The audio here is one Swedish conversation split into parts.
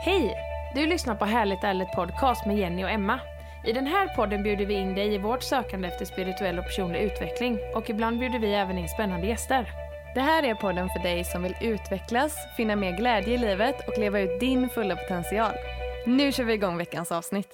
Hej! Du lyssnar på Härligt ärligt podcast med Jenny och Emma. I den här podden bjuder vi in dig i vårt sökande efter spirituell och personlig utveckling och ibland bjuder vi även in spännande gäster. Det här är podden för dig som vill utvecklas, finna mer glädje i livet och leva ut din fulla potential. Nu kör vi igång veckans avsnitt.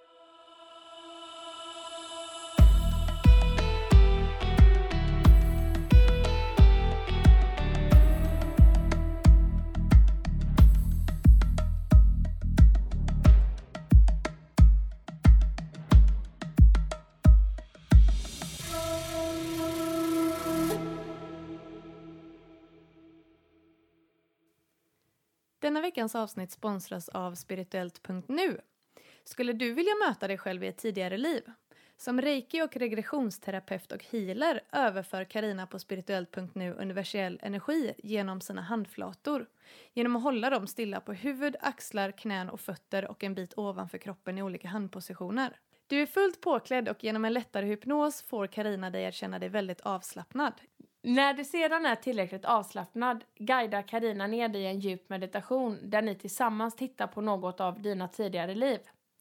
Denna veckans avsnitt sponsras av Spirituellt.nu. Skulle du vilja möta dig själv i ett tidigare liv? Som reiki- och regressionsterapeut och healer överför Karina på Spirituellt.nu universell energi genom sina handflator. Genom att hålla dem stilla på huvud, axlar, knän och fötter och en bit ovanför kroppen i olika handpositioner. Du är fullt påklädd och genom en lättare hypnos får Karina dig att känna dig väldigt avslappnad. När du sedan är tillräckligt avslappnad guidar Karina ner dig i en djup meditation där ni tillsammans tittar på något av dina tidigare liv.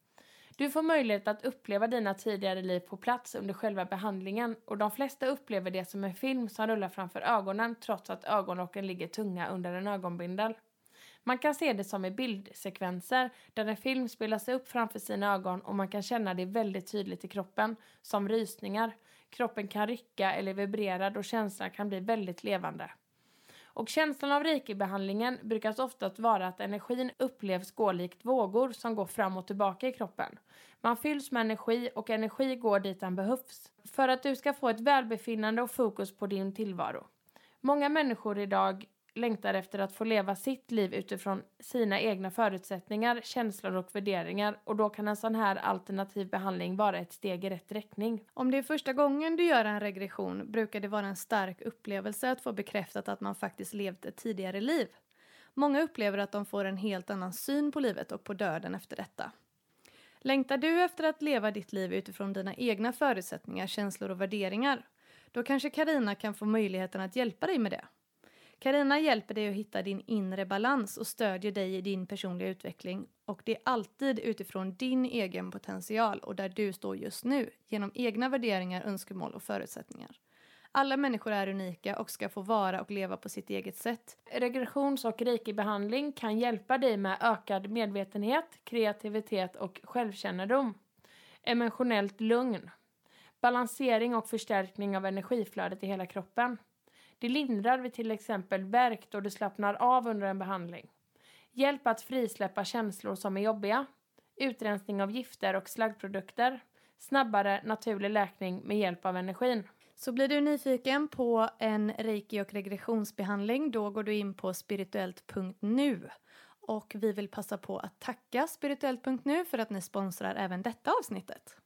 Du får möjlighet att uppleva dina tidigare liv på plats under själva behandlingen och de flesta upplever det som en film som rullar framför ögonen trots att ögonlocken ligger tunga under en ögonbindel. Man kan se det som i bildsekvenser där en film spelas upp framför sina ögon och man kan känna det väldigt tydligt i kroppen som rysningar. Kroppen kan rycka eller vibrera då känslan kan bli väldigt levande. Och känslan av reiki-behandlingen brukar ofta vara att energin upplevs gå likt vågor som går fram och tillbaka i kroppen. Man fylls med energi och energi går dit den behövs för att du ska få ett välbefinnande och fokus på din tillvaro. Många människor idag längtar efter att få leva sitt liv utifrån sina egna förutsättningar, känslor och värderingar och då kan en sån här alternativ behandling vara ett steg i rätt riktning. Om det är första gången du gör en regression brukar det vara en stark upplevelse att få bekräftat att man faktiskt levt ett tidigare liv. Många upplever att de får en helt annan syn på livet och på döden efter detta. Längtar du efter att leva ditt liv utifrån dina egna förutsättningar, känslor och värderingar? Då kanske Karina kan få möjligheten att hjälpa dig med det. Karina hjälper dig att hitta din inre balans och stödjer dig i din personliga utveckling. Och det är alltid utifrån din egen potential och där du står just nu. Genom egna värderingar, önskemål och förutsättningar. Alla människor är unika och ska få vara och leva på sitt eget sätt. Regressions- och reiki-behandling kan hjälpa dig med ökad medvetenhet, kreativitet och självkännedom. Emotionellt lugn. Balansering och förstärkning av energiflödet i hela kroppen. Det lindrar vid till exempel värk då du slappnar av under en behandling. Hjälp att frisläppa känslor som är jobbiga. Utrensning av gifter och slaggprodukter. Snabbare naturlig läkning med hjälp av energin. Så blir du nyfiken på en reiki- och regressionsbehandling då går du in på spirituellt.nu. Och vi vill passa på att tacka Spirituellt.nu för att ni sponsrar även detta avsnittet.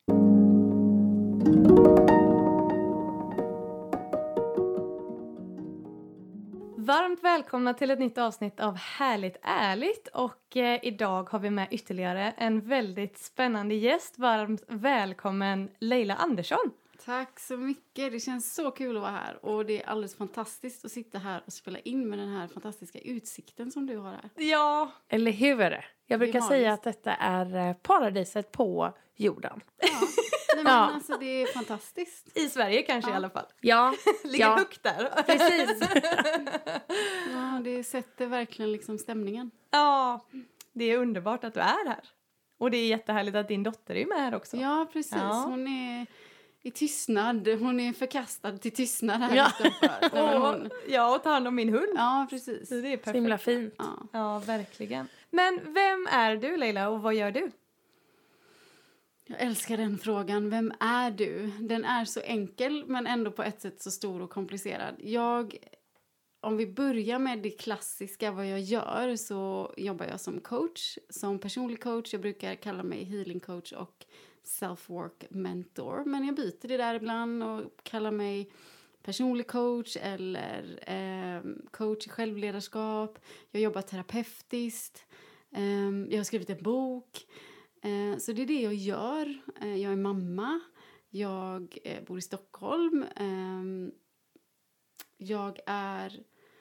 Varmt välkomna till ett nytt avsnitt av Härligt ärligt och idag har vi med ytterligare en väldigt spännande gäst. Varmt välkommen Leila Andersson. Tack så mycket, det känns så kul att vara här och det är alldeles fantastiskt att sitta här och spela in med den här fantastiska utsikten som du har här. Ja, Eller hur? Jag brukar säga att detta är paradiset på jorden. Ja, nej, men alltså det är fantastiskt. I Sverige kanske i alla fall. Ja, Ligger högt där. Precis. Ja, det sätter verkligen liksom stämningen. Ja, det är underbart att du är här. Och det är jättehärligt att din dotter är med här också. Ja, precis. Ja. Hon är i tystnad. Hon är förkastad till tystnad här Ja. utanför. Ja, och ta hand om min hund. Ja, precis. Så det är perfekt. Så himla fint. Ja. Ja, verkligen. Men vem är du Leila och vad gör du? Jag älskar den frågan. Vem är du? Den är så enkel men ändå på ett sätt så stor och komplicerad. Om vi börjar med det klassiska vad jag gör så jobbar jag som coach, som personlig coach. Jag brukar kalla mig healing coach och self-work mentor. Men jag byter det där ibland och kallar mig personlig coach eller coach i självledarskap. Jag jobbar terapeutiskt. Jag har skrivit en bok. Så det är det jag gör. Jag är mamma. Jag bor i Stockholm. Jag är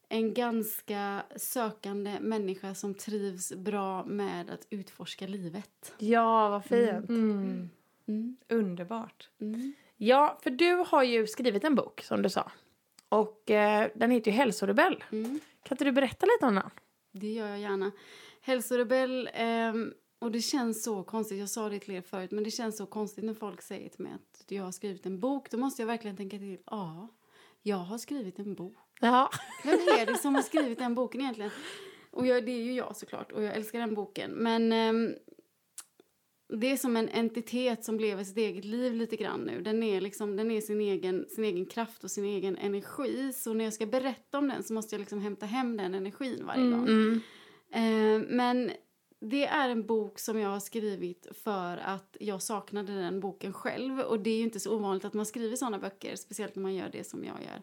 en ganska sökande människa som trivs bra med att utforska livet. Ja, vad fint. Underbart. Ja, för du har ju skrivit en bok som du sa. Och den heter ju Hälsorebell. Kan inte du berätta lite om den? Det gör jag gärna. Hälsorebell, och det känns så konstigt, jag sa det till er förut, men det känns så konstigt när folk säger till mig att jag har skrivit en bok. Då måste jag verkligen tänka till, jag har skrivit en bok. Ja. Vem är det som har skrivit den boken egentligen? Och det är ju jag såklart, och jag älskar den boken. Men det är som en entitet som lever sitt eget liv lite grann nu. Den är sin egen kraft och sin egen energi. Så när jag ska berätta om den så måste jag liksom hämta hem den energin varje gång. Men det är en bok som jag har skrivit för att jag saknade den boken själv. Och det är ju inte så ovanligt att man skriver sådana böcker, speciellt när man gör det som jag gör.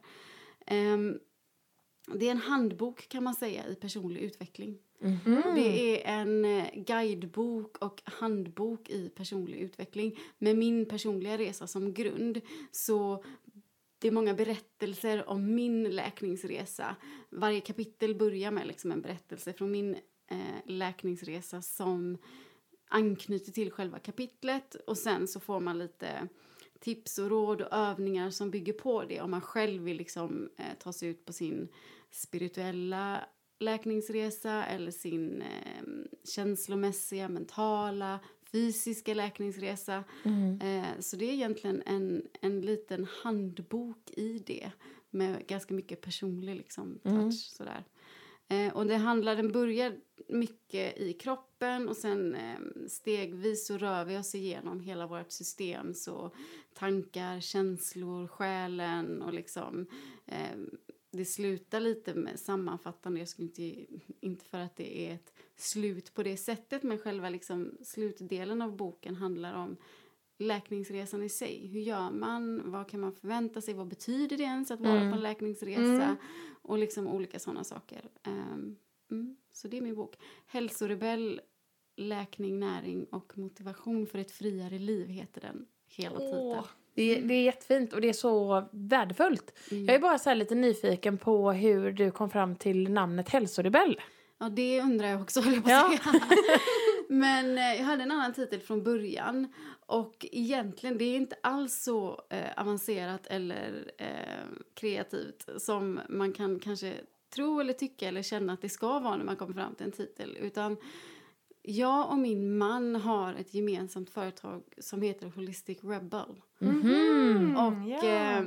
Det är en handbok kan man säga i personlig utveckling. Det är en guidebok och handbok i personlig utveckling med min personliga resa som grund. Så det är många berättelser om min läkningsresa. Varje kapitel börjar med liksom en berättelse från min läkningsresa som anknyter till själva kapitlet. Och sen så får man lite tips och råd och övningar som bygger på det. Om man själv vill liksom ta sig ut på sin spirituella läkningsresa eller sin känslomässiga, mentala, fysiska läkningsresa. Så det är egentligen en liten handbok i det med ganska mycket personlig liksom, touch. Sådär. Och den börjar mycket i kroppen och sen stegvis så rör vi oss igenom hela vårt system. Så tankar, känslor, själen och liksom det slutar lite med sammanfattande. Jag skulle inte för att det är ett slut på det sättet, men själva liksom slutdelen av boken handlar om läkningsresan i sig. Hur gör man? Vad kan man förvänta sig? Vad betyder det ens att vara på en läkningsresa? Och liksom olika sådana saker. Så det är min bok. Hälsorebell, läkning, näring och motivation för ett friare liv heter den hela tiden. Det är jättefint och det är så värdefullt. Jag är bara så här lite nyfiken på hur du kom fram till namnet Hälsorebell. Ja, det undrar jag också, höll jag på att säga. Men jag hade en annan titel från början. Och egentligen, det är inte alls så avancerat eller kreativt som man kan kanske tro eller tycka eller känna att det ska vara när man kommer fram till en titel. Utan jag och min man har ett gemensamt företag som heter Holistic Rebel. Och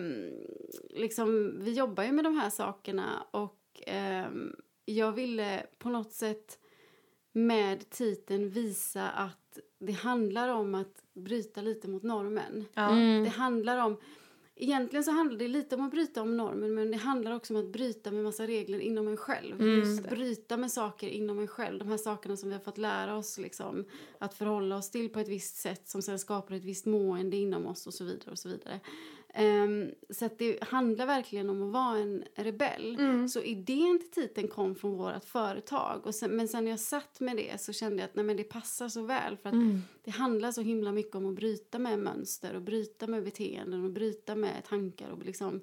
liksom, vi jobbar ju med de här sakerna och jag ville på något sätt med titeln visa att det handlar om att bryta lite mot normen. Det handlar om, egentligen så handlar det lite om att bryta om normen, men det handlar också om att bryta med massa regler inom en själv. Bryta med saker inom en själv. De här sakerna som vi har fått lära oss liksom, att förhålla oss till på ett visst sätt som sen skapar ett visst mående inom oss och så vidare och så vidare. Så att det handlar verkligen om att vara en rebell. Så idén till titeln kom från vårt företag. Men sen när jag satt med det så kände jag att nej, men det passar så väl. För att det handlar så himla mycket om att bryta med mönster och bryta med beteenden och bryta med tankar och liksom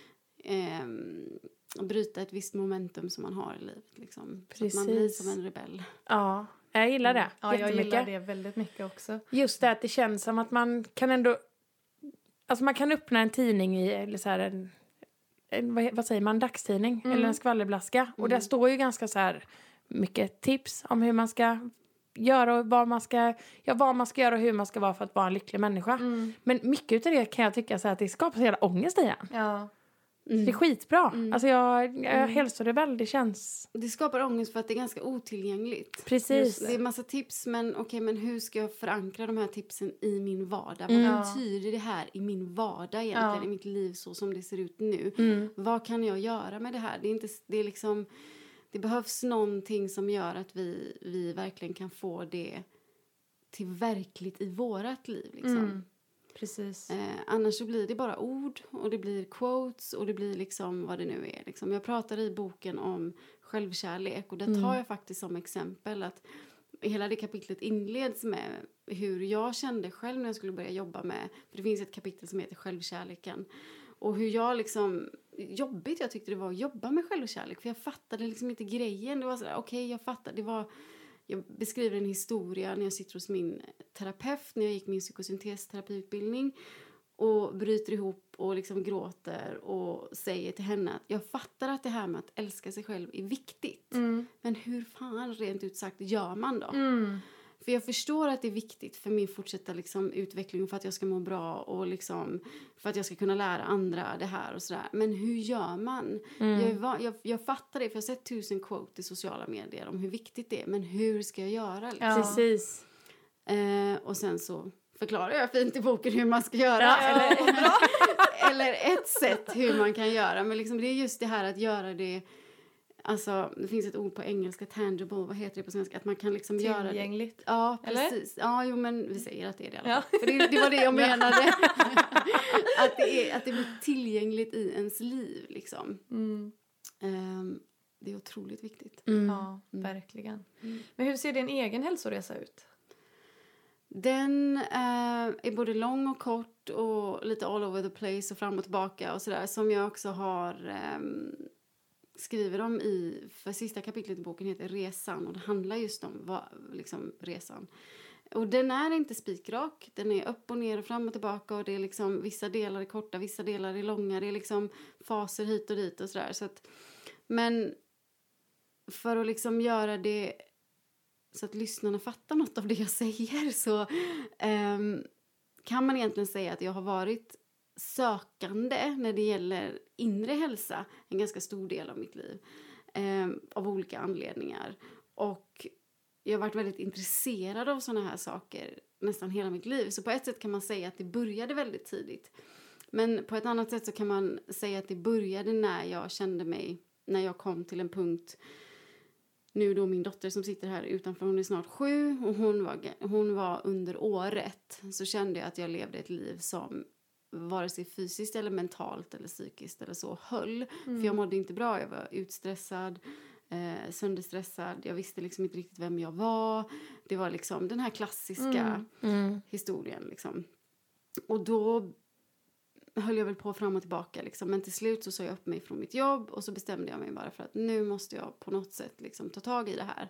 bryta ett visst momentum som man har i livet. Liksom. Så att man blir som en rebell. Ja, jag gillar det Ja, jag gillar det väldigt mycket också. Just det att det känns som att man kan ändå... Alltså man kan öppna en tidning i, eller så här vad säger man, dagstidning eller en skvallerblaska. Och där står ju ganska så här mycket tips om hur man ska göra och vad man ska göra och hur man ska vara för att vara en lycklig människa. Men mycket av det kan jag tycka så här, att det skapar så jävla ångest igen. Ja. Det är skitbra. Alltså hälsorebell, det känns... Det skapar ångest för att det är ganska otillgängligt. Precis. Det är massa tips, men men hur ska jag förankra de här tipsen i min vardag? Vad betyder det här i min vardag egentligen, i mitt liv så som det ser ut nu? Vad kan jag göra med det här? Det behövs någonting som gör att vi verkligen kan få det till verkligt i vårat liv liksom. Precis. Annars så blir det bara ord och det blir quotes och det blir liksom vad det nu är. Liksom. Jag pratar i boken om självkärlek och där tar jag faktiskt som exempel att hela det kapitlet inleds med hur jag kände själv när jag skulle börja jobba med, för det finns ett kapitel som heter självkärleken. Och hur jag liksom jobbigt jag tyckte det var att jobba med självkärlek. För jag fattade liksom inte grejen. Det var sådär, okej, jag fattade. Jag beskriver en historia när jag sitter hos min terapeut. När jag gick min psykosyntesterapiutbildning. Och bryter ihop och liksom gråter. Och säger till henne att jag fattar att det här med att älska sig själv är viktigt. Men hur fan rent ut sagt gör man då? För jag förstår att det är viktigt för min fortsatta liksom, utveckling. Och för att jag ska må bra. Och liksom, för att jag ska kunna lära andra det här och sådär. Men hur gör man? Jag fattar det. För jag har sett 1000 quote i sociala medier. Om hur viktigt det är. Men hur ska jag göra? Liksom? Ja. Precis. Och sen så förklarar jag fint i boken hur man ska göra. Ja. Eller ett sätt hur man kan göra. Men liksom, det är just det här att göra det. Alltså, det finns ett ord på engelska, tangible, vad heter det på svenska? Att man kan liksom göra det. Tillgängligt. Ja, Eller? precis. Ja, jo, men vi säger att det är det i alla fall. För det var det jag menade. att det blir tillgängligt i ens liv, liksom. Det är otroligt viktigt. Ja, verkligen. Men hur ser din egen hälsoresa ut? Den är både lång och kort och lite all over the place och fram och tillbaka och sådär. Som jag också har... skriver om för sista kapitlet i boken heter Resan och det handlar just om liksom, resan. Och den är inte spikrak, den är upp och ner och fram och tillbaka och det är liksom vissa delar är korta, vissa delar är långa, det är liksom faser hit och dit och sådär. Så att, men för att liksom göra det så att lyssnarna fattar något av det jag säger så kan man egentligen säga att jag har varit sökande när det gäller inre hälsa en ganska stor del av mitt liv av olika anledningar och jag har varit väldigt intresserad av såna här saker nästan hela mitt liv så på ett sätt kan man säga att det började väldigt tidigt men på ett annat sätt så kan man säga att det började när jag kom till en punkt nu då min dotter som sitter här utanför, hon är snart 7 och hon var under året så kände jag att jag levde ett liv som vare sig fysiskt eller mentalt eller psykiskt eller så höll. För jag mådde inte bra, jag var utstressad, sönderstressad. Jag visste liksom inte riktigt vem jag var. Det var liksom den här klassiska historien liksom. Och då höll jag väl på fram och tillbaka liksom. Men till slut så sa jag upp mig från mitt jobb och så bestämde jag mig bara för att nu måste jag på något sätt liksom ta tag i det här.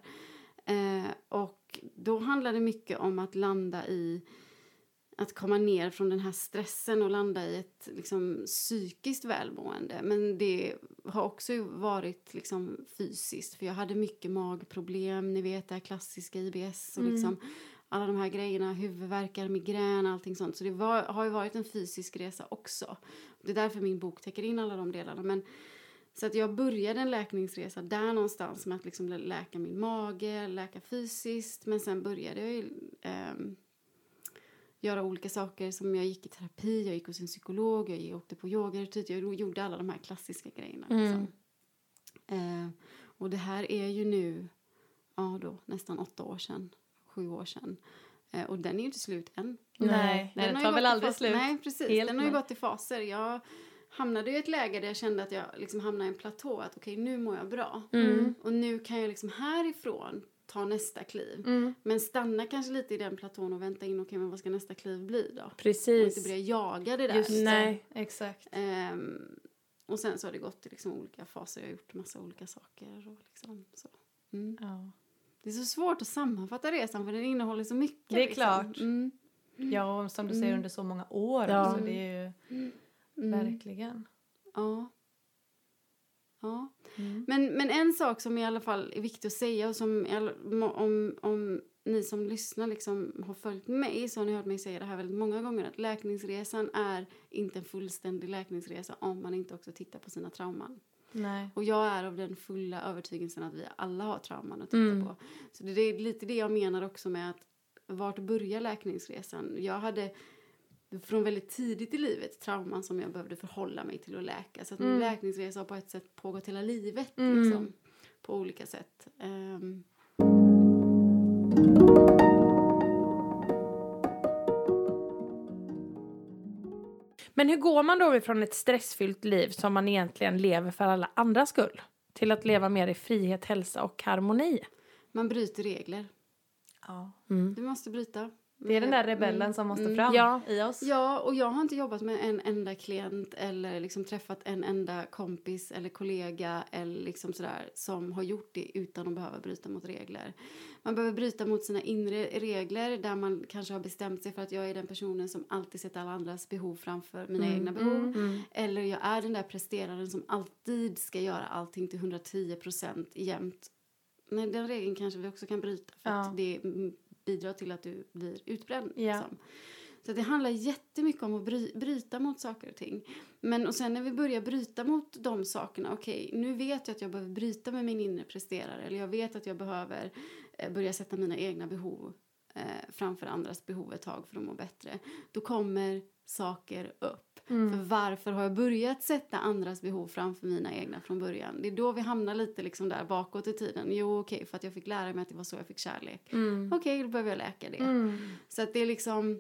Och då handlade det mycket om att landa i att komma ner från den här stressen och landa i ett liksom, psykiskt välmående. Men det har också varit liksom, fysiskt. För jag hade mycket magproblem. Ni vet det här klassiska IBS. Och liksom, alla de här grejerna. Huvudvärkar, migrän, allting sånt. Så det har ju varit en fysisk resa också. Det är därför min bok täcker in alla de delarna. Men, så att jag började en läkningsresa där någonstans. Med att liksom, läka min mage, läka fysiskt. Men sen började jag ju... göra olika saker som jag gick i terapi, jag gick hos en psykolog, jag åkte på yogaretreat, jag gjorde alla de här klassiska grejerna. Liksom. Och det här är ju nu nästan 8 år sedan, 7 år sedan. Och den är ju inte slut än. Nej, den tar väl aldrig slut. Nej, precis. Den har ju gått i faser. Jag hamnade i ett läge där jag kände att jag liksom hamnade i en platå. Att okej, nu mår jag bra. Och nu kan jag liksom härifrån ta nästa kliv. Men stanna kanske lite i den platån och vänta in. Okej, men vad ska nästa kliv bli då? Precis. Och inte börja jaga det där. Just nej, exakt. Och sen så har det gått i liksom olika faser. Jag har gjort massa olika saker. Och liksom så. Ja. Det är så svårt att sammanfatta resan för den innehåller så mycket. Det är liksom. klart. Ja, och som du säger under så många år. Ja. Så det är ju verkligen. Ja. Men en sak som i alla fall är viktig att säga och som om ni som lyssnar liksom har följt mig så har ni hört mig säga det här väldigt många gånger att läkningsresan är inte en fullständig läkningsresa om man inte också tittar på sina trauman. Nej. Och jag är av den fulla övertygelsen att vi alla har trauman att titta på. Så det är lite det jag menar också med att vart börjar läkningsresan? Jag hade från väldigt tidigt i livet trauman som jag behövde förhålla mig till att läka. Så att min läkningsresa har på ett sätt pågått hela livet. Liksom, på olika sätt. Men hur går man då ifrån ett stressfyllt liv som man egentligen lever för alla andras skull till att leva mer i frihet, hälsa och harmoni? Man bryter regler. Ja. Du måste bryta. Det är den där rebellen som måste fram i oss. Ja, och jag har inte jobbat med en enda klient eller liksom träffat en enda kompis eller kollega eller liksom sådär som har gjort det utan att behöva bryta mot regler. Man behöver bryta mot sina inre regler där man kanske har bestämt sig för att jag är den personen som alltid sätter alla andras behov framför mina egna behov. Eller jag är den där presteraren som alltid ska göra allting till 110% jämt. Men den regeln kanske vi också kan bryta för att det bidrar till att du blir utbränd. Liksom. Så det handlar jättemycket om att bryta mot saker och ting. Och sen när vi börjar bryta mot de sakerna, okej, nu vet jag att jag behöver bryta med min inre presterare. Eller jag vet att jag behöver börja sätta mina egna behov framför andras behov ett tag för att må bättre. Då kommer saker upp. För varför har jag börjat sätta andras behov framför mina egna från början? Det är då vi hamnar lite liksom där bakåt i tiden. Jo, okej, för att jag fick lära mig att det var så jag fick kärlek. Okej, då behöver jag läka det. Så att det är liksom...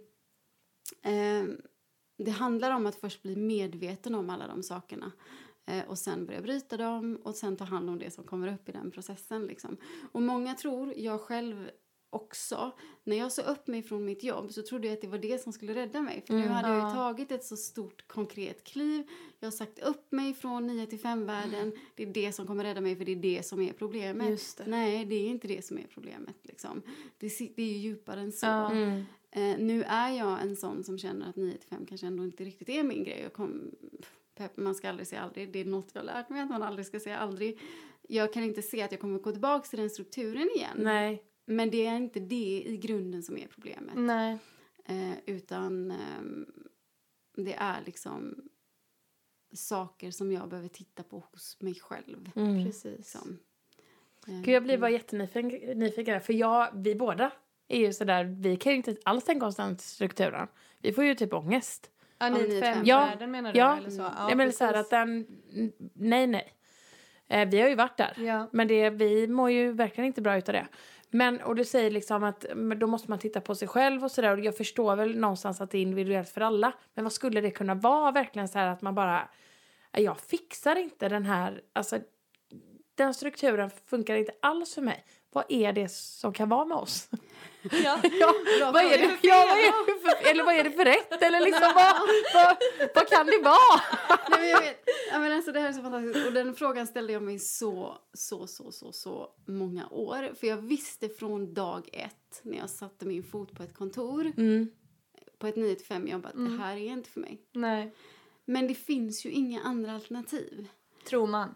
det handlar om att först bli medveten om alla de sakerna. Och sen börja bryta dem. Och sen ta hand om det som kommer upp i den processen. Liksom. Och många tror, jag själv också, när jag sa upp mig från mitt jobb så trodde jag att det var det som skulle rädda mig. För nu hade jag ju tagit ett så stort konkret kliv. Jag har sagt upp mig från 9-5-världen. Det är det som kommer rädda mig för det är det som är problemet. Just det. Nej, det är inte det som är problemet. Liksom. Det är ju djupare än så. Nu är jag en sån som känner att 9-5 kanske ändå inte riktigt är min grej. Man ska aldrig säga aldrig. Det är något jag har lärt mig att man aldrig ska säga aldrig. Jag kan inte se att jag kommer gå tillbaka till den strukturen igen. Nej. Men det är inte det i grunden som är problemet. Nej. Utan det är liksom saker som jag behöver titta på hos mig själv. Precis. Liksom. Gud, jag blir bara jättenyfiken. För vi båda är ju sådär, vi kan ju inte alls tänka oss den strukturen. Vi får ju typ ångest. Ja, 9-5-världen menar du? Eller så? Ja, men så här att den... Nej. Vi har ju varit där. Ja. Men vi mår ju verkligen inte bra utav det. Och du säger liksom att då måste man titta på sig själv och sådär. Och jag förstår väl någonstans att det är individuellt för alla. Men vad skulle det kunna vara verkligen så här att man bara... Jag fixar inte den här... Alltså, den strukturen funkar inte alls för mig. Vad är det som kan vara med oss? Ja. Vad är det för eller vad är det för rätt? Eller liksom, vad kan det vara? Nej, men jag vet. Ja, men alltså, det här är så fantastiskt. Och den frågan ställde jag mig så många år. För jag visste från dag 1 när jag satte min fot på ett kontor. På ett 9-5 jobb att det här är inte för mig. Nej. Men det finns ju inga andra alternativ. Tror man.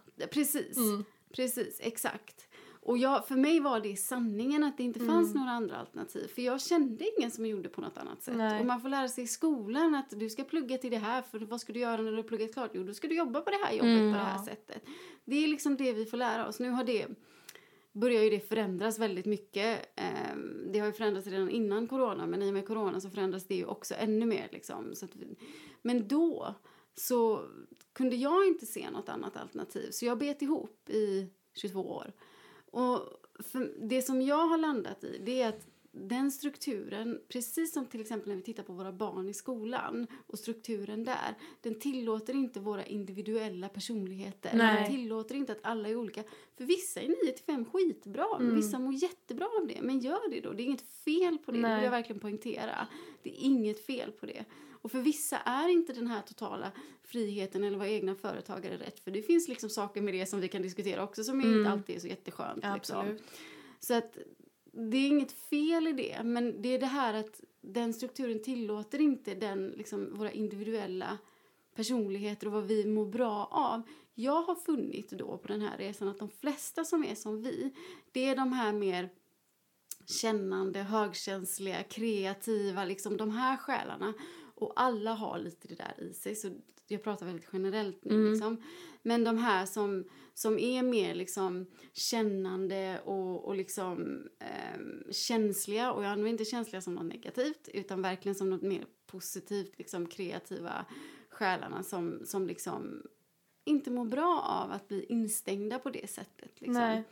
Precis, exakt. Och för mig var det sanningen att det inte fanns några andra alternativ. För jag kände ingen som gjorde på något annat sätt. Nej. Och man får lära sig i skolan att du ska plugga till det här. För vad ska du göra när du har pluggat klart? Jo, då ska du jobba på det här jobbet på det här sättet. Det är liksom det vi får lära oss. Nu börjar ju det förändras väldigt mycket. Det har ju förändrats redan innan corona. Men i och med corona så förändras det ju också ännu mer. Liksom. Men då så kunde jag inte se något annat alternativ. Så jag bet ihop i 22 år. Och det som jag har landat i, det är att den strukturen, precis som till exempel när vi tittar på våra barn i skolan och strukturen där, den tillåter inte våra individuella personligheter. Nej. Den tillåter inte att alla är olika. För vissa är 9-5 skitbra, vissa mår jättebra av det. Men gör det då, det är inget fel på det, det vill jag verkligen poängtera. Det är inget fel på det. Och för vissa är inte den här totala friheten eller vad egna företagare är rätt. För det finns liksom saker med det som vi kan diskutera också som inte alltid är så jätteskönt. Absolut. Liksom. Så att det är inget fel i det. Men det är det här att den strukturen tillåter inte våra individuella personligheter och vad vi mår bra av. Jag har funnit då på den här resan att de flesta som är som vi, det är de här mer kännande, högkänsliga, kreativa, liksom de här själarna. Och alla har lite det där i sig. Så jag pratar väldigt generellt nu. Liksom. Men de här som är mer liksom kännande och liksom, känsliga. Och jag använder inte känsliga som något negativt. Utan verkligen som något mer positivt. Liksom, kreativa själarna som liksom inte mår bra av att bli instängda på det sättet. Liksom. Nej.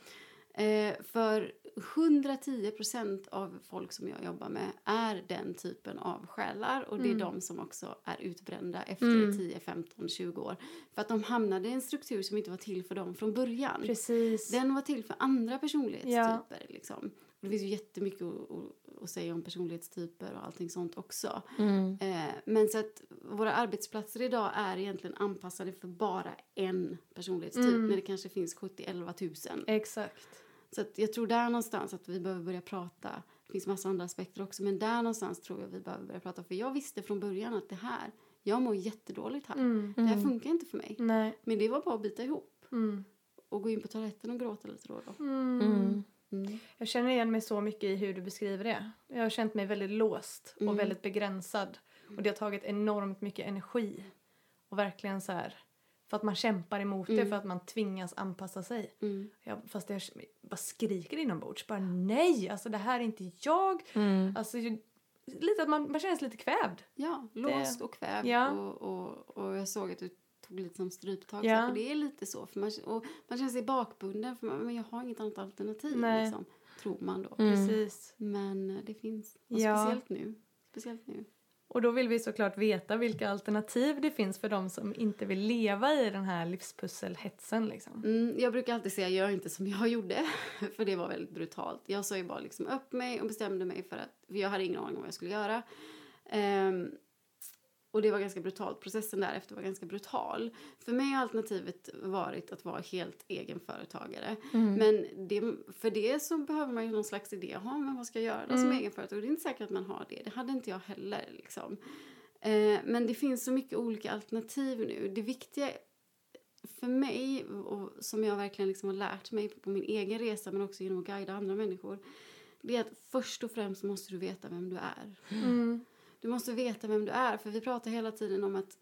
För 110% av folk som jag jobbar med är den typen av själar. Och det är de som också är utbrända efter 10, 15, 20 år. För att de hamnade i en struktur som inte var till för dem från början. Precis. Den var till för andra personlighetstyper. Liksom. Och det finns ju jättemycket att säga om personlighetstyper och allting sånt också. Mm. Men så att våra arbetsplatser idag är egentligen anpassade för bara en personlighetstyp. När det kanske finns 70-11 000. Exakt. Så att jag tror där någonstans att vi behöver börja prata. Det finns massa andra aspekter också. Men där någonstans tror jag vi behöver börja prata. För jag visste från början att jag mår jättedåligt här. Det här funkar inte för mig. Nej. Men det var bara att bita ihop. Och gå in på toaletten och gråta lite då och då. Jag känner igen mig så mycket i hur du beskriver det. Jag har känt mig väldigt låst och väldigt begränsad. Och det har tagit enormt mycket energi. Och verkligen så här, för att man kämpar emot det, för att man tvingas anpassa sig. Fast jag bara skriker inombords. Bara nej, alltså det här är inte jag. Alltså lite att man känner sig lite kvävd. Ja, låst och kvävd. Ja. Och jag såg att du tog lite som stryptag. Ja. För det är lite så. För man känner sig bakbunden. För men jag har inget annat alternativ. Nej. Liksom, tror man då. Precis. Men det finns. Och Ja. Speciellt nu. Och då vill vi såklart veta vilka alternativ det finns för de som inte vill leva i den här livspusselhetsen liksom. Jag brukar alltid säga gör inte som jag gjorde. För det var väldigt brutalt. Jag sa ju bara liksom upp mig och bestämde mig för jag hade ingen aning om vad jag skulle göra. Och det var ganska brutalt. Processen därefter var ganska brutal. För mig har alternativet varit att vara helt egen företagare. Men för det så behöver man ju någon slags idé. Men vad ska jag göra som egen företagare? Det är inte säkert att man har det. Det hade inte jag heller. Liksom. Men det finns så mycket olika alternativ nu. Det viktiga för mig, och som jag verkligen liksom har lärt mig på min egen resa, men också genom att guida andra människor, det är att först och främst måste du veta vem du är. Du måste veta vem du är. För vi pratar hela tiden om att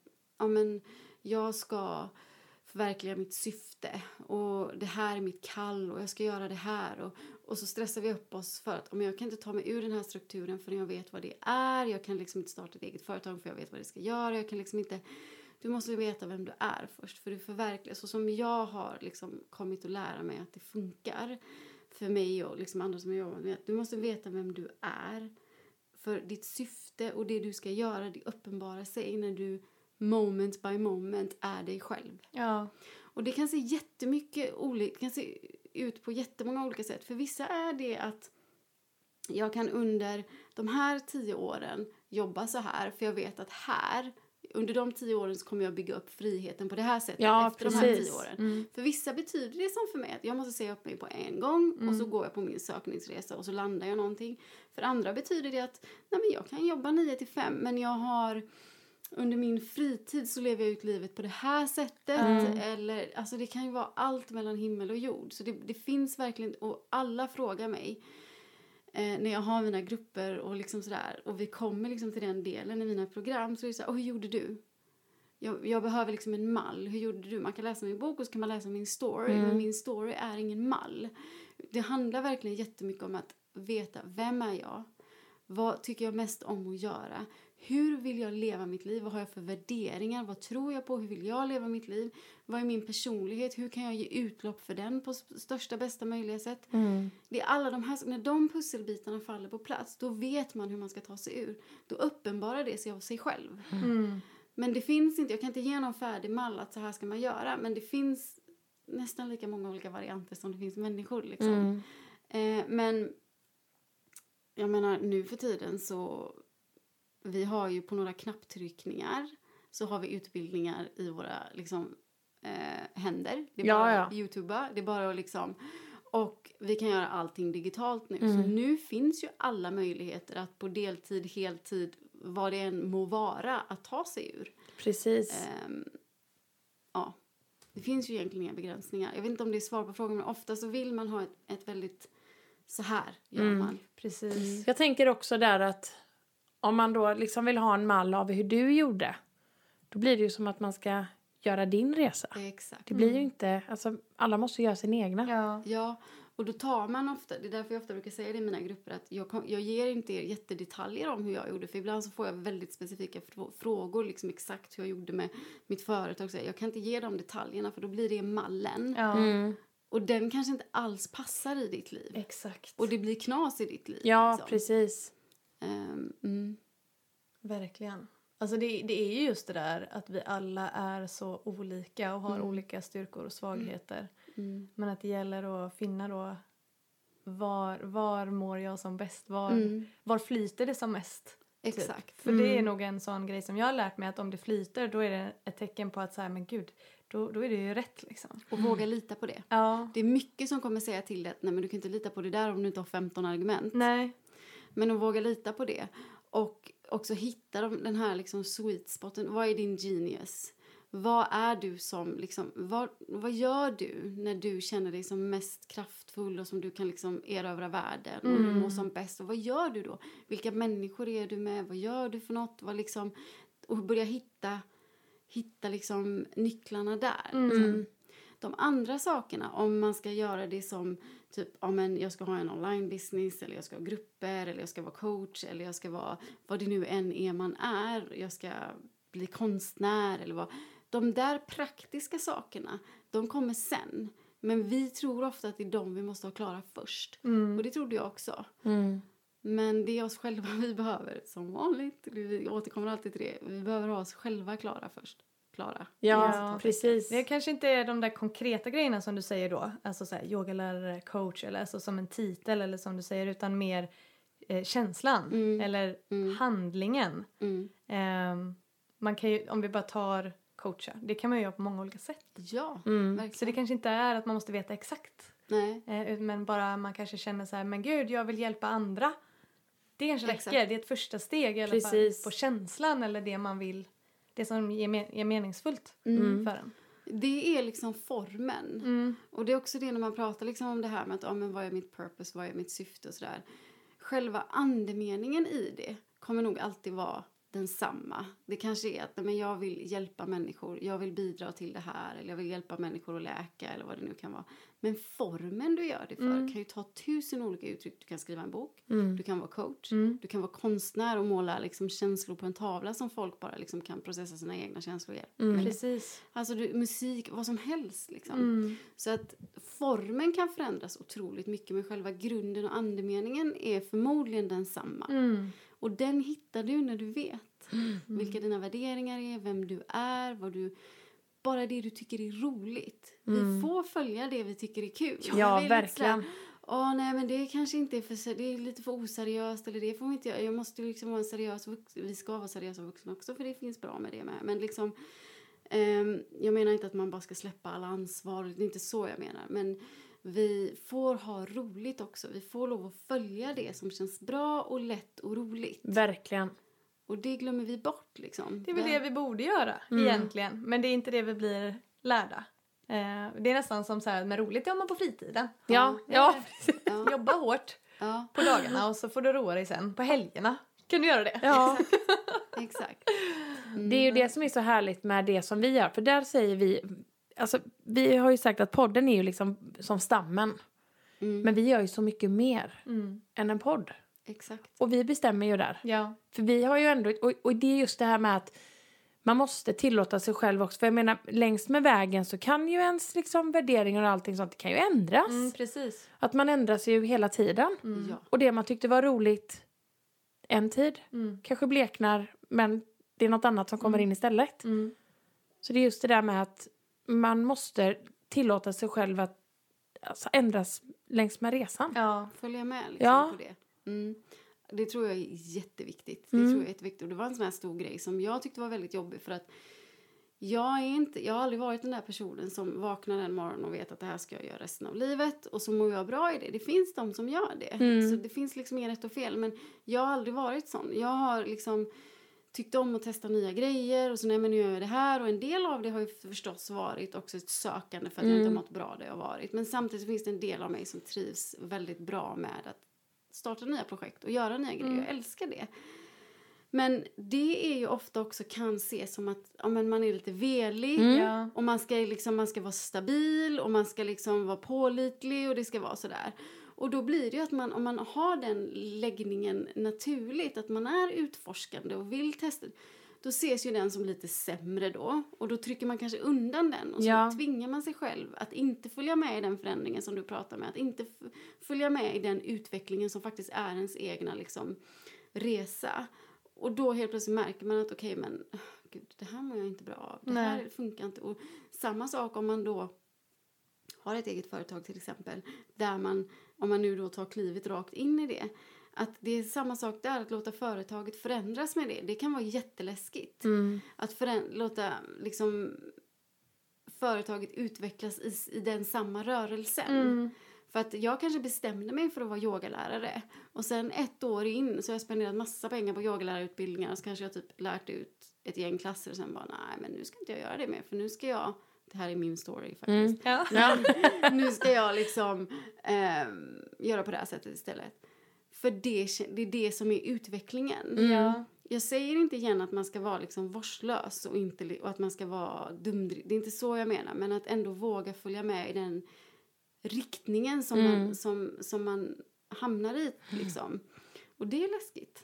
jag ska förverkliga mitt syfte. Och det här är mitt kall. Och jag ska göra det här. Och så stressar vi upp oss för att jag kan inte ta mig ur den här strukturen förrän jag vet vad det är. Jag kan liksom inte starta ett eget företag för jag vet vad det ska göra. Jag kan liksom inte... Du måste veta vem du är först. För du förverkligar. Så som jag har liksom kommit att lära mig att det funkar. För mig och liksom andra som jag jobbar med. Du måste veta vem du är. För ditt syfte och det du ska göra, det uppenbarar sig när du moment by moment är dig själv. Ja. Och det kan se jättemycket olika, det kan se ut på jättemånga olika sätt. För vissa är det att jag kan under de här 10 åren jobba så här. För jag vet att under de 10 åren så kommer jag bygga upp friheten på det här sättet efter de här 10 åren. För vissa betyder det som för mig att jag måste säga upp mig på en gång och så går jag på min sökningsresa och så landar jag någonting. För andra betyder det att men jag kan jobba 9-5 men jag har under min fritid så lever jag ut livet på det här sättet. Eller, alltså det kan ju vara allt mellan himmel och jord. Så det finns verkligen, och alla frågar mig när jag har mina grupper och liksom sådär, och vi kommer liksom till den delen i mina program, så är det såhär, hur gjorde du? Jag behöver liksom en mall. Hur gjorde du? Man kan läsa min bok och så kan man läsa min story. Men min story är ingen mall. Det handlar verkligen jättemycket om att veta, vem är jag? Vad tycker jag mest om att göra? Hur vill jag leva mitt liv? Vad har jag för värderingar? Vad tror jag på? Hur vill jag leva mitt liv? Vad är min personlighet? Hur kan jag ge utlopp för den på största, bästa möjliga sätt? Det är alla de här, när de pusselbitarna faller på plats, då vet man hur man ska ta sig ur. Då uppenbarar det sig av sig själv. Men det finns inte, jag kan inte ge någon färdig mall att så här ska man göra. Men det finns nästan lika många olika varianter som det finns människor. Liksom. Men jag menar, nu för tiden så... Vi har ju på några knapptryckningar så har vi utbildningar i våra liksom, händer. Det är bara att YouTubea. Det är bara att liksom... Och vi kan göra allting digitalt nu. Så nu finns ju alla möjligheter att på deltid, heltid, vad det än må vara, att ta sig ur. Precis. Ja, det finns ju egentligen inga begränsningar. Jag vet inte om det är svar på frågan, men ofta så vill man ha ett väldigt... Så här gör man. Precis. Jag tänker också där att om man då liksom vill ha en mall av hur du gjorde, då blir det ju som att man ska göra din resa. Exakt. Det blir ju inte, alltså alla måste göra sin egna. Ja, och då tar man ofta, det är därför jag ofta brukar säga det i mina grupper, att jag ger inte er jättedetaljer om hur jag gjorde, för ibland så får jag väldigt specifika frågor, liksom exakt hur jag gjorde med mitt företag. Så jag kan inte ge de detaljerna, för då blir det mallen. Och den kanske inte alls passar i ditt liv. Exakt. Och det blir knas i ditt liv. Ja, liksom. precis. Verkligen. Alltså det är ju just det där att vi alla är så olika och har olika styrkor och svagheter. Men att det gäller att finna då var mår jag som bäst? Var flyter det som mest? Exakt. Typ. För det är nog en sån grej som jag har lärt mig, att om det flyter, då är det ett tecken på att så här, men gud, då är det ju rätt liksom. Och våga lita på det. Ja. Det är mycket som kommer säga till dig att nej, men du kan inte lita på det där om du inte har 15 argument. Nej. Men att våga lita på det. Och också hitta den här liksom sweet spoten. Vad är din genius? Vad är du som liksom, vad gör du när du känner dig som mest kraftfull och som du kan liksom erövra världen och du mår som bäst? Och vad gör du då? Vilka människor är du med? Vad gör du för något? Vad liksom, och börja hitta liksom nycklarna där. De andra sakerna, om man ska göra det som typ, ja men jag ska ha en online business, eller jag ska ha grupper, eller jag ska vara coach, eller jag ska vara vad det nu än är man är, jag ska bli konstnär eller vad. De där praktiska sakerna, de kommer sen. Men vi tror ofta att det är de vi måste ha klara först. Och det trodde jag också. Men det är oss själva vi behöver, som vanligt. Vi återkommer alltid till det. Vi behöver ha oss själva klara först. Ja, precis. Det kanske inte är de där konkreta grejerna som du säger då. Alltså så här, yogalärare, coach, eller alltså som en titel, eller som du säger, utan mer känslan. Eller handlingen. Man kan ju, om vi bara tar coacha, det kan man ju göra på många olika sätt. Ja, verkligen. Så det kanske inte är att man måste veta exakt. Nej. Men bara man kanske känner så här, men gud, jag vill hjälpa andra. Det kanske räcker, det är ett första steg i alla fall på känslan, eller det man vill, det som är meningsfullt för en. Det är liksom formen. Och det är också det när man pratar liksom om det här med att men vad är mitt purpose, vad är mitt syfte och sådär. Själva andemeningen i det kommer nog alltid vara densamma. Det kanske är att men jag vill hjälpa människor, jag vill bidra till det här, eller jag vill hjälpa människor att läka, eller vad det nu kan vara. Men formen du gör det för kan ju ta 1000 olika uttryck. Du kan skriva en bok, du kan vara coach, du kan vara konstnär och måla liksom känslor på en tavla som folk bara liksom kan processa sina egna känslor med. Precis. Alltså musik, vad som helst liksom. Så att formen kan förändras otroligt mycket, men själva grunden och andemeningen är förmodligen densamma. Och den hittar du när du vet vilka dina värderingar är, vem du är, bara det du tycker är roligt. Vi får följa det vi tycker är kul. Ja, verkligen. Nej, men det kanske inte är det är lite för oseriöst, eller det får vi inte göra. Jag måste liksom vara en seriös vi ska vara seriösa vuxna också, för det finns bra med det med. Men liksom, jag menar inte att man bara ska släppa alla ansvar, det är inte så jag menar. Men vi får ha roligt också. Vi får lov att följa det som känns bra och lätt och roligt. Verkligen. Och det glömmer vi bort liksom. Det är väl det vi borde göra egentligen. Men det är inte det vi blir lärda. Det är nästan som så här, med roligt gör man på fritiden. Ja. Jobba hårt på dagarna och så får du roa dig sen. På helgerna kan du göra det. Ja. Exakt. Det är ju det som är så härligt med det som vi gör. För där säger vi, alltså vi har ju sagt att podden är ju liksom som stammen. Men vi gör ju så mycket mer än en podd. Exakt. Och vi bestämmer ju där. Ja. För vi har ju ändå, och det är just det här med att man måste tillåta sig själv också. För jag menar, längs med vägen så kan ju ens liksom värderingar och allting sånt, det kan ju ändras. Precis. Att man ändras ju hela tiden. Ja. Och det man tyckte var roligt en tid kanske bleknar, men det är något annat som kommer in istället. Så det är just det där med att man måste tillåta sig själv att ändras längs med resan. Ja, följa med liksom på det. Det tror jag är jätteviktigt. Det tror jag är jätteviktigt. Och det var en sån här stor grej som jag tyckte var väldigt jobbig, för att jag har aldrig varit den där personen som vaknar en morgon och vet att det här ska jag göra resten av livet, och så mår jag bra i det. Det finns de som gör det. Så det finns liksom inget rätt och fel, men jag har aldrig varit sån. Jag har liksom tyckt om att testa nya grejer, och så nej, men nu gör jag det här, och en del av det har ju förstås varit också ett sökande för att jag inte har mått bra där jag har varit. Men samtidigt finns det en del av mig som trivs väldigt bra med att starta nya projekt och göra nya grejer. Jag älskar det. Men det är ju ofta också kan ses som att men man är lite velig. Och man ska vara stabil. Och man ska liksom vara pålitlig. Och det ska vara sådär. Och då blir det ju att om man har den läggningen naturligt. Att man är utforskande och vill testa. Då ses ju den som lite sämre då. Och då trycker man kanske undan den. Och så tvingar man sig själv att inte följa med i den förändringen som du pratar med. Att inte följa med i den utvecklingen som faktiskt är ens egna liksom, resa. Och då helt plötsligt märker man att okej, men gud, det här mår jag inte bra av. Det här funkar inte. Och samma sak om man då har ett eget företag till exempel. Där man om man nu då tar klivet rakt in i det, att det är samma sak där, att låta företaget förändras med det. Det kan vara jätteläskigt. Att låta liksom företaget utvecklas i den samma rörelsen. För att jag kanske bestämde mig för att vara yogalärare. Och sen 1 år in så har jag spenderat massa pengar på yogalärarutbildningar. Så kanske jag typ lärt ut ett gäng klasser och sen bara, nej men nu ska inte jag göra det mer. För nu ska jag, det här är min story faktiskt. Nu ska jag liksom göra på det här sättet istället. För det är det som är utvecklingen. Jag säger inte igen att man ska vara liksom vårdslös och att man ska vara dumdrig. Det är inte så jag menar. Men att ändå våga följa med i den riktningen som man hamnar i. Liksom. Och det är läskigt.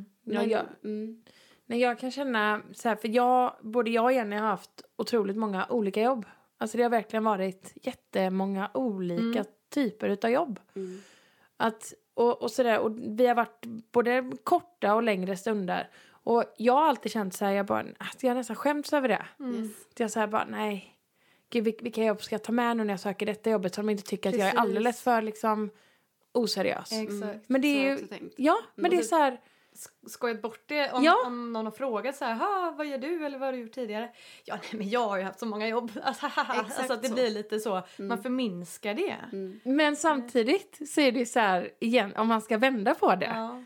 Jag kan känna så här, för både jag och Jenny har haft otroligt många olika jobb. Alltså det har verkligen varit jättemånga olika typer utav jobb. Och sådär, och vi har varit både korta och längre stunder. Och jag har alltid känt så här, jag har nästan skämts över det. Jag säger bara, nej. Gud, vilka jobb ska jag ta med nu när jag söker detta jobbet, så de inte tycker att jag är alldeles för liksom oseriös. Exakt. Men det är ju, men det är så här, skojat bort det om någon har frågat så här, vad gör du eller vad har du gjort tidigare? Ja, nej, men jag har ju haft så många jobb. Alltså att det blir lite så, man förminskar det. Men samtidigt så är det så här, igen, om man ska vända på det.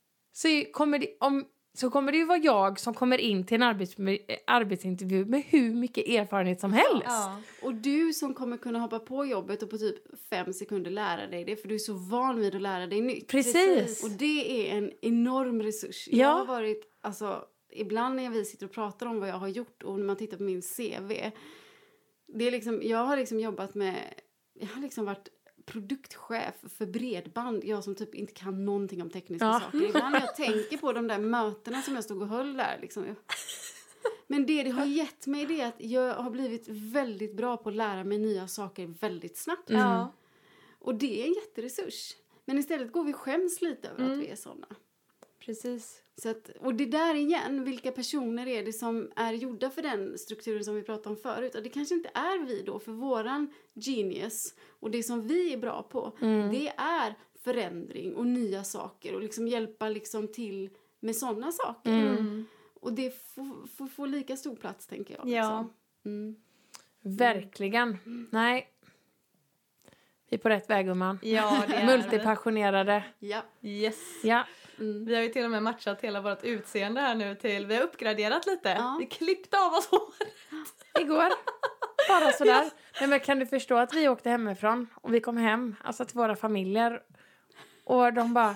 Så kommer det ju vara jag som kommer in till en arbetsintervju med hur mycket erfarenhet som helst. Ja. Och du som kommer kunna hoppa på jobbet och på typ 5 sekunder lära dig det. För du är så van vid att lära dig nytt. Precis. Och det är en enorm resurs. Jag har varit, alltså, ibland när vi sitter och pratar om vad jag har gjort och när man tittar på min CV. Det är liksom, jag har liksom varit produktchef för bredband. Jag som typ inte kan någonting om tekniska saker. Ibland när jag tänker på de där mötena som jag stod och höll där. Liksom. Men det har gett mig det att jag har blivit väldigt bra på att lära mig nya saker väldigt snabbt. Och det är en jätteresurs. Men istället går vi skäms lite över att vi är sådana. Precis. Så att, och det där igen, vilka personer är det som är gjorda för den strukturen som vi pratade om förut? Och det kanske inte är vi då, för våran genius och det som vi är bra på, det är förändring och nya saker och liksom hjälpa liksom till med sådana saker. Och det får få lika stor plats, tänker jag. Ja. Verkligen. Nej. Vi är på rätt väg, gumman. Ja, det är multipassionerade. Ja. Yes. Ja. Vi har ju till och med matchat hela vårt utseende här nu till, vi har uppgraderat lite. Ja. Vi klippte av oss håret. Igår. Bara sådär. Men kan du förstå att vi åkte hemifrån och vi kom hem, alltså till våra familjer, och de bara,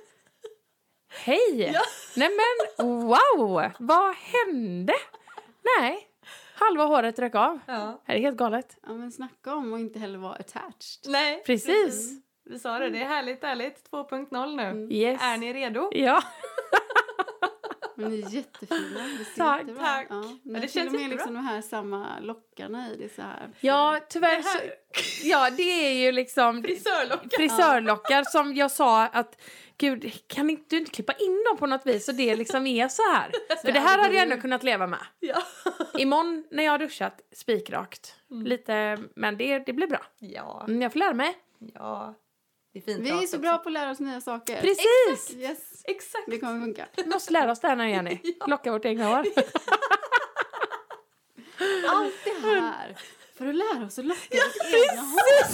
hej! Nej men, wow! Vad hände? Nej, halva håret rök av. Det är helt galet. Ja, men snacka om och inte heller vara attached. Nej, Precis. Vi sa det, det är härligt 2.0 nu. Yes. Är ni redo? Ja. Men ni är jättefina. Det ser Tack, jättebra. tack. Ja, men det till känns och med jättebra. liksom de här samma lockarna i det så här. Ja, tyvärr så, ja, det är ju liksom frisörlockar som jag sa att gud, kan du inte klippa in dem på något vis så det liksom är så här. För det här hade jag ändå kunnat leva med. Ja. Imorgon när jag har duschat, spikrakt. Lite, men det blir bra. Ja. Jag får lära mig. Ja. Det är fint. Vi är så bra på att lära oss nya saker. Precis! Yes. Exakt. Det kommer funka. Vi måste lära oss det här nu, Jenny. Locka vårt egna hår. Allt det här för att lära oss att locka vårt egna hår.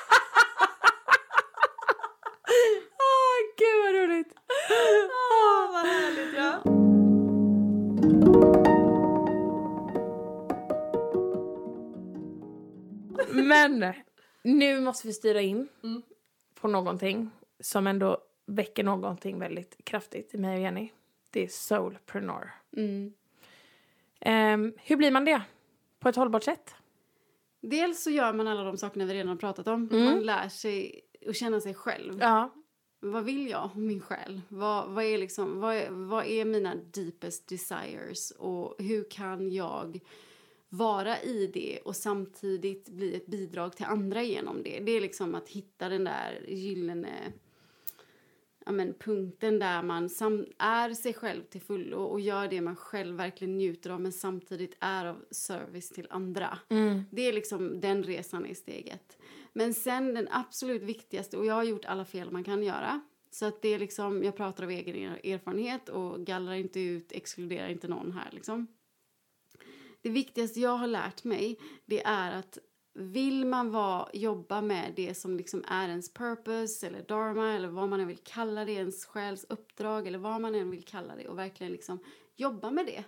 Gud vad roligt. Vad härligt, ja. Men nu måste vi styra in på någonting som ändå väcker någonting väldigt kraftigt i mig och Jenny. Det är soulpreneur. Hur blir man det på ett hållbart sätt? Dels så gör man alla de sakerna vi redan har pratat om. Man lär sig att känna sig själv. Ja. Vad vill jag om min själ? Vad är mina deepest desires? Och hur kan jag vara i det och samtidigt bli ett bidrag till andra genom det? Det är liksom att hitta den där gyllene punkten där man är sig själv till fullo och gör det man själv verkligen njuter av men samtidigt är av service till andra. Det är liksom den resan i steget. Men sen den absolut viktigaste, och jag har gjort alla fel man kan göra. Så att det är liksom, jag pratar av egen erfarenhet och gallrar inte ut, exkluderar inte någon här liksom. Det viktigaste jag har lärt mig, det är att vill man jobba med det som liksom är ens purpose eller dharma eller vad man än vill kalla det, ens själs uppdrag eller vad man än vill kalla det och verkligen liksom jobba med det,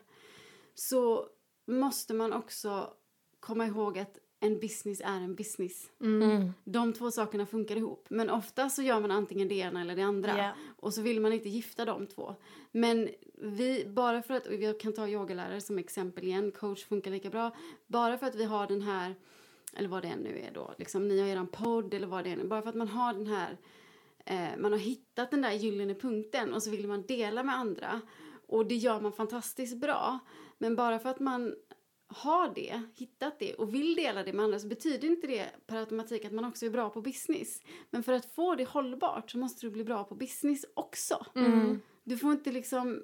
så måste man också komma ihåg att en business är en business. De två sakerna funkar ihop. Men ofta så gör man antingen det ena eller det andra. Yeah. Och så vill man inte gifta de två. Men bara för att, och vi kan ta yogalärare som exempel igen, coach funkar lika bra. Bara för att vi har den här, eller vad det nu är då, liksom, ni har eran podd eller vad det är nu. Bara för att man har den här, man har hittat den där gyllene punkten och så vill man dela med andra. Och det gör man fantastiskt bra. Men bara för att man har det, hittat det och vill dela det med andra, så betyder inte det per automatik att man också är bra på business. Men för att få det hållbart så måste du bli bra på business också. Du får inte liksom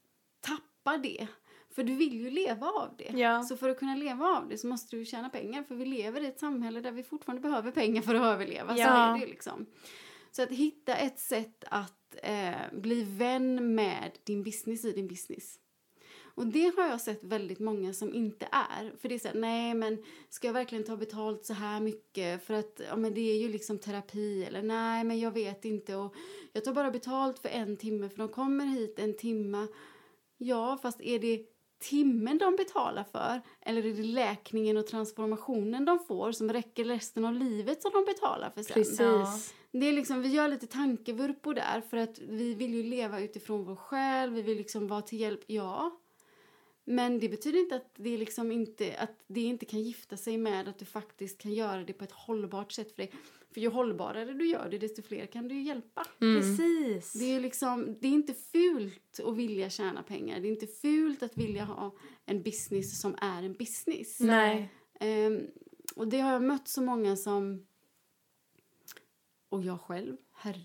tappa det. För du vill ju leva av det. Ja. Så för att kunna leva av det så måste du tjäna pengar. För vi lever i ett samhälle där vi fortfarande behöver pengar för att överleva. Ja. Så är det liksom. Så att hitta ett sätt att bli vän med din business i din business. Och det har jag sett väldigt många som inte är. För det är så här, nej men ska jag verkligen ta betalt så här mycket? För att ja, men det är ju liksom terapi. Eller nej men jag vet inte. Och jag tar bara betalt för 1 timme. För de kommer hit 1 timme. Ja, fast är det timmen de betalar för? Eller är det läkningen och transformationen de får som räcker resten av livet som de betalar för sen? Precis. Ja. Det är liksom, vi gör lite tankevurpor där. För att vi vill ju leva utifrån vår själ. Vi vill liksom vara till hjälp. Ja. Men det betyder inte att det liksom inte kan gifta sig med att du faktiskt kan göra det på ett hållbart sätt för dig. För ju hållbarare du gör det, desto fler kan du ju hjälpa. Precis. Det är liksom, det är inte fult att vilja tjäna pengar. Det är inte fult att vilja ha en business som är en business. Nej. Och det har jag mött så många som, och jag själv,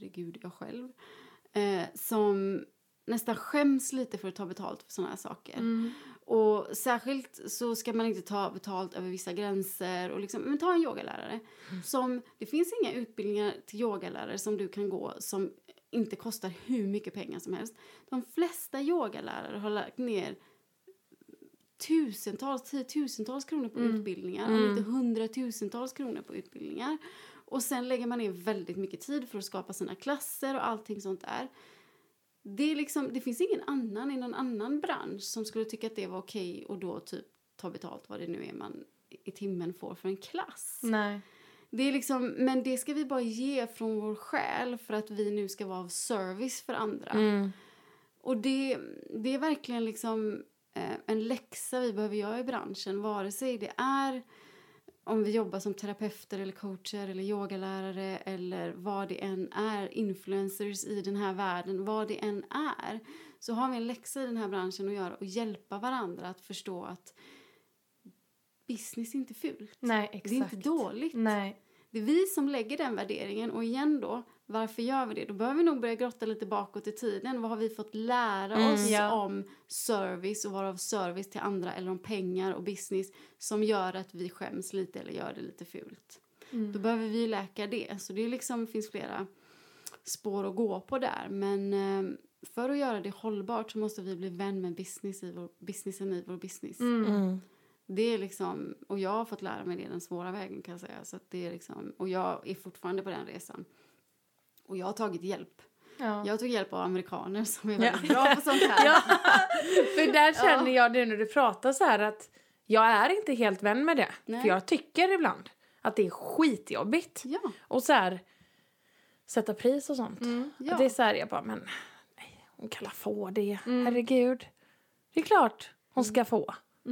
som nästan skäms lite för att ta betalt för såna här saker. Och särskilt så ska man inte ta betalt över vissa gränser. Och liksom, men ta en yogalärare. Det finns inga utbildningar till yogalärare som du kan gå som inte kostar hur mycket pengar som helst. De flesta yogalärare har lagt ner tiotusentals kronor på utbildningar. Om inte 100,000-tals kronor på utbildningar. Och sen lägger man ner väldigt mycket tid för att skapa sina klasser och allting sånt där. Det är liksom, det finns ingen annan i någon annan bransch som skulle tycka att det var okej och då typ ta betalt vad det nu är man i timmen får för en klass. Nej. Det är liksom, men det ska vi bara ge från vår själ för att vi nu ska vara av service för andra. Och det är verkligen liksom en läxa vi behöver göra i branschen, vare sig det är om vi jobbar som terapeuter eller coacher eller yogalärare eller vad det än är, influencers i den här världen, vad det än är, så har vi en läxa i den här branschen att göra och hjälpa varandra att förstå att business är inte fult. Nej, exakt. Det är inte dåligt. Nej. Det är vi som lägger den värderingen. Och igen då, varför gör vi det? Då behöver vi nog börja grotta lite bakåt i tiden. Vad har vi fått lära oss om service och vara av service till andra, eller om pengar och business som gör att vi skäms lite eller gör det lite fult. Då behöver vi läka det. Så det liksom finns flera spår att gå på där. Men för att göra det hållbart så måste vi bli vän med businessen i vår business. Det är liksom, och jag har fått lära mig det den svåra vägen kan jag säga. Så att det är liksom, och jag är fortfarande på den resan. Och jag har tagit hjälp. Ja. Jag tog hjälp av amerikaner som är väldigt bra på sånt här. Ja. För där känner jag det när du pratar så här att jag är inte helt vän med det. Nej. För jag tycker ibland att det är skitjobbigt. Ja. Och så här sätta pris och sånt. Ja. Att det är så här, jag bara, men nej, hon kan få det. Herregud. Det är klart hon ska få.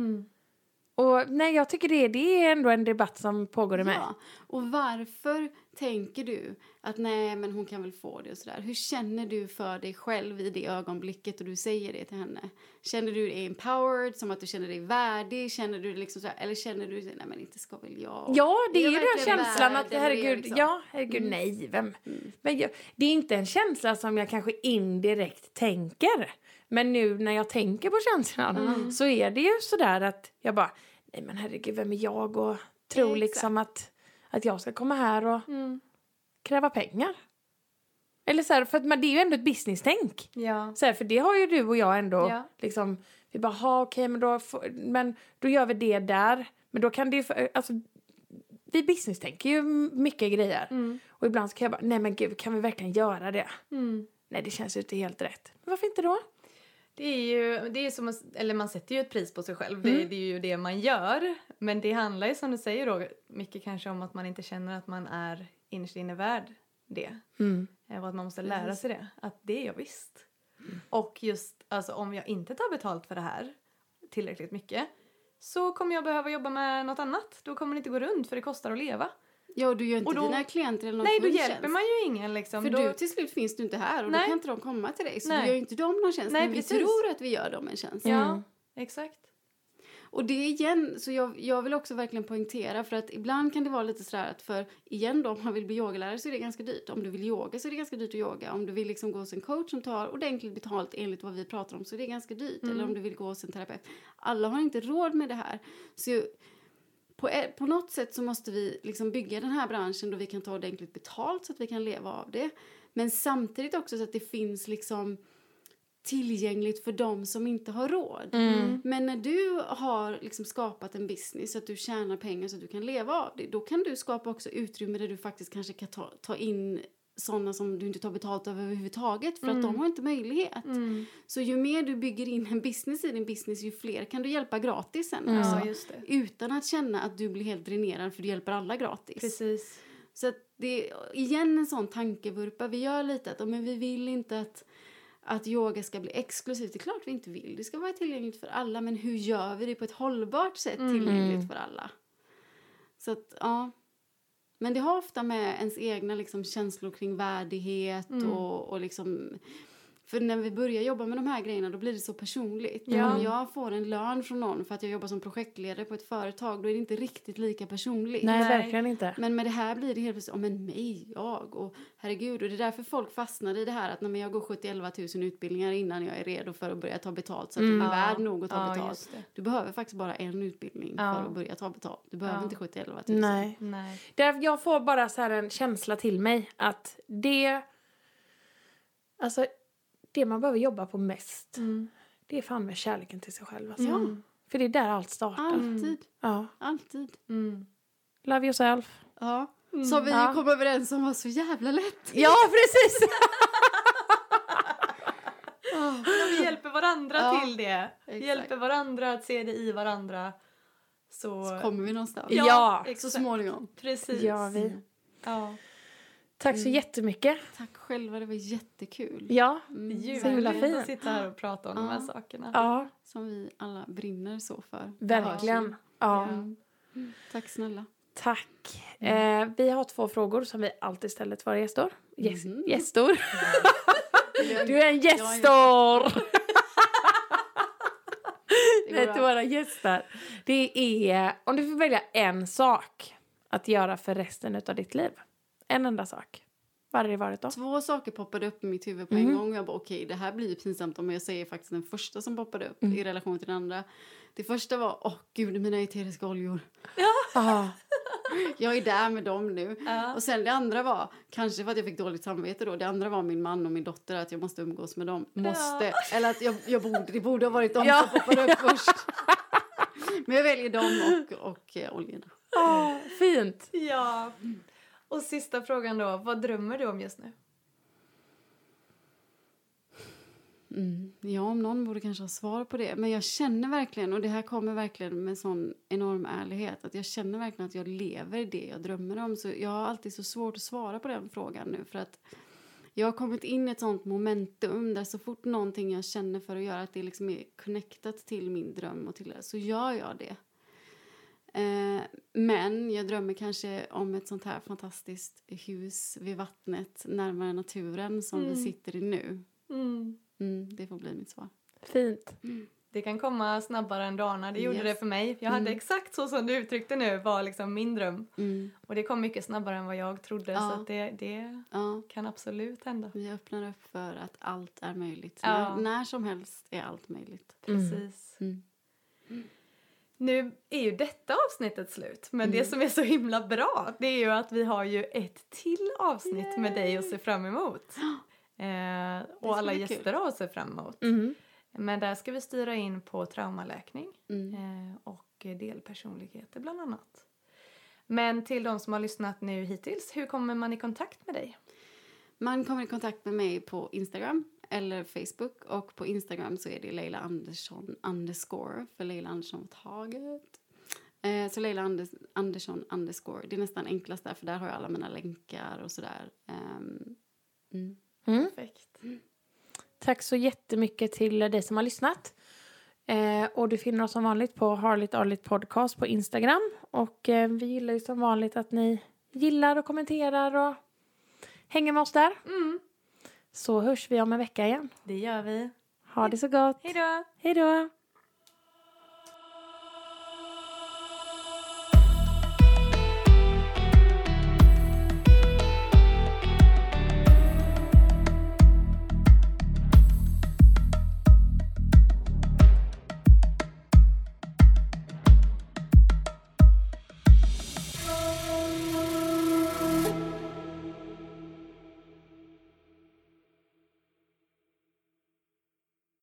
Och nej, jag tycker det är ändå en debatt som pågår i mig. Ja, och varför tänker du att nej, men hon kan väl få det och sådär. Hur känner du för dig själv i det ögonblicket och du säger det till henne? Känner du dig empowered, som att du känner dig värdig? Känner du liksom så här, eller känner du, nej men inte ska väl jag? Ja, det är den känslan att herregud, liksom. Nej, vem? Men det är inte en känsla som jag kanske indirekt tänker. Men nu när jag tänker på känslan så är det ju sådär att jag bara, nej men herregud, vem är jag och tror liksom att att jag ska komma här och kräva pengar. Eller så här, för att det är ju ändå ett business-tänk. Ja. Så här, för det har ju du och jag ändå. Ja. Liksom, vi bara, okej, men då gör vi det där. Men då kan det ju, alltså, vi business-tänker ju mycket grejer. Och ibland så kan jag bara, nej men gud, kan vi verkligen göra det? Nej, det känns ju inte helt rätt. Men varför inte då? Det är som eller man sätter ju ett pris på sig själv. Det är ju det man gör. Men det handlar ju, som du säger då, mycket kanske om att man inte känner att man är innerst inne värd det. Och att man måste lära sig det. Att det är jag visst. Och just, alltså om jag inte tar betalt för det här tillräckligt mycket, så kommer jag behöva jobba med något annat. Då kommer det inte gå runt, för det kostar att leva. Ja, du gör inte dina klienter eller någon. Nej, då hjälper man ju ingen liksom. För då, till slut finns du inte här och då kan inte de komma till dig. Så du gör ju inte dem någon tjänst. Nej, men precis. vi tror att vi gör dem en tjänst. Ja, exakt. Och det igen, så jag vill också verkligen poängtera, för att ibland kan det vara lite sådär att för igen då, om man vill bli yogalärare så är det ganska dyrt. Om du vill yoga så är det ganska dyrt att yoga. Om du vill liksom gå hos en coach som tar ordentligt betalt enligt vad vi pratar om så är det ganska dyrt. Eller om du vill gå hos en terapeut. Alla har inte råd med det här. Så på något sätt så måste vi liksom bygga den här branschen då vi kan ta ordentligt betalt så att vi kan leva av det. Men samtidigt också så att det finns liksom tillgängligt för dem som inte har råd. Men när du har liksom skapat en business så att du tjänar pengar så att du kan leva av det, då kan du skapa också utrymme där du faktiskt kanske kan ta in sådana som du inte tar betalt av överhuvudtaget för att de har inte möjlighet. Så ju mer du bygger in en business i din business, ju fler kan du hjälpa gratis sen. Ja, just det. Utan att känna att du blir helt dränerad för du hjälper alla gratis. Precis. Så att det är igen en sån tankevurpa. Vi gör lite att men vi vill inte att yoga ska bli exklusivt. Det är klart vi inte vill. Det ska vara tillgängligt för alla. Men hur gör vi det på ett hållbart sätt tillgängligt för alla? Så att, ja. Men det har ofta med ens egna liksom, känslor kring värdighet och liksom... För när vi börjar jobba med de här grejerna då blir det så personligt. Ja. Om jag får en lön från någon för att jag jobbar som projektledare på ett företag, då är det inte riktigt lika personligt. Nej, verkligen inte. Men med det här blir det helt plötsligt, men mig, jag och herregud. Och det är därför folk fastnar i det här att när jag går 70-11 000 utbildningar innan jag är redo för att börja ta betalt så att jag blir värd nog att ta betalt. Du behöver faktiskt bara en utbildning för att börja ta betalt. Du behöver inte 70-11 000. Nej. Jag får bara så här en känsla till mig att det man behöver jobba på mest, det är fan med kärleken till sig själv. Alltså. Ja. För det är där allt startar. Alltid. Ja. Alltid. Love yourself. Ja. Så vi kom överens om var så jävla lätt. Ja, precis. Vi hjälper varandra till det. Vi exakt. hjälper varandra att se det i varandra. Så kommer vi någonstans. Ja, så exakt. småningom. Precis. Ja, vi. Ja. Tack så jättemycket. Tack själva, det var jättekul. Ja, Så himla fint fint. att sitta här och prata om de här sakerna. Ja, Som vi alla brinner så för. verkligen. Ja. Tack snälla. Tack. Vi har 2 frågor som vi alltid ställer till våra gäster. Gästor. Du är en gästor. Nej, till våra gäster. Det är om du får välja en sak att göra för resten av ditt liv. En enda sak. Vad hade det varit då? 2 saker poppade upp i mitt huvud på en gång. Jag bara okej, det här blir ju pinsamt om jag säger faktiskt den första som poppade upp i relation till den andra. Det första var, gud, mina eteriska oljor. Ja. Jag är där med dem nu. Och sen det andra var, kanske för att jag fick dåligt samvete då. Det andra var min man och min dotter, att jag måste umgås med dem. Eller att det borde ha varit de som poppade upp först. Men jag väljer dem och oljorna. Fint. Ja. Och sista frågan då. Vad drömmer du om just nu? Ja, om någon borde kanske ha svar på det. Men jag känner verkligen, och det här kommer verkligen med sån enorm ärlighet, att jag känner verkligen att jag lever det jag drömmer om. Så jag har alltid så svårt att svara på den frågan nu. För att jag har kommit in i ett sånt momentum där så fort någonting jag känner för att göra, att det liksom är connectat till min dröm och till det, så gör jag det. Men jag drömmer kanske om ett sånt här fantastiskt hus vid vattnet närmare naturen som vi sitter i nu. Det får bli mitt svar. Fint. Det kan komma snabbare än du anar. Det gjorde det för mig. Jag hade exakt så som du uttryckte nu var liksom min dröm. Och det kom mycket snabbare än vad jag trodde. Så att det kan absolut hända. Vi öppnar upp för att allt är möjligt. Ja. När som helst är allt möjligt. Precis. Nu är ju detta avsnittet slut, men det som är så himla bra, det är ju att vi har ju ett till avsnitt med dig att se fram emot. Och alla gäster har att se fram emot. Men där ska vi styra in på traumaläkning och delpersonligheter bland annat. Men till de som har lyssnat nu hittills, hur kommer man i kontakt med dig? Man kommer i kontakt med mig på Instagram eller Facebook. Och på Instagram så är det Leila Andersson _ för Leila Andersson var taget. Så Leila Andersson _ det är nästan enklast där, för där har jag alla mina länkar och sådär. Perfekt. Tack så jättemycket till dig som har lyssnat. Och du finner oss som vanligt på Harligt Arligt Podcast på Instagram. Och vi gillar ju som vanligt att ni gillar och kommenterar och hänger med oss där. Så hörs vi om en vecka igen. Det gör vi. Ha det så gott. Hej då! Hej då!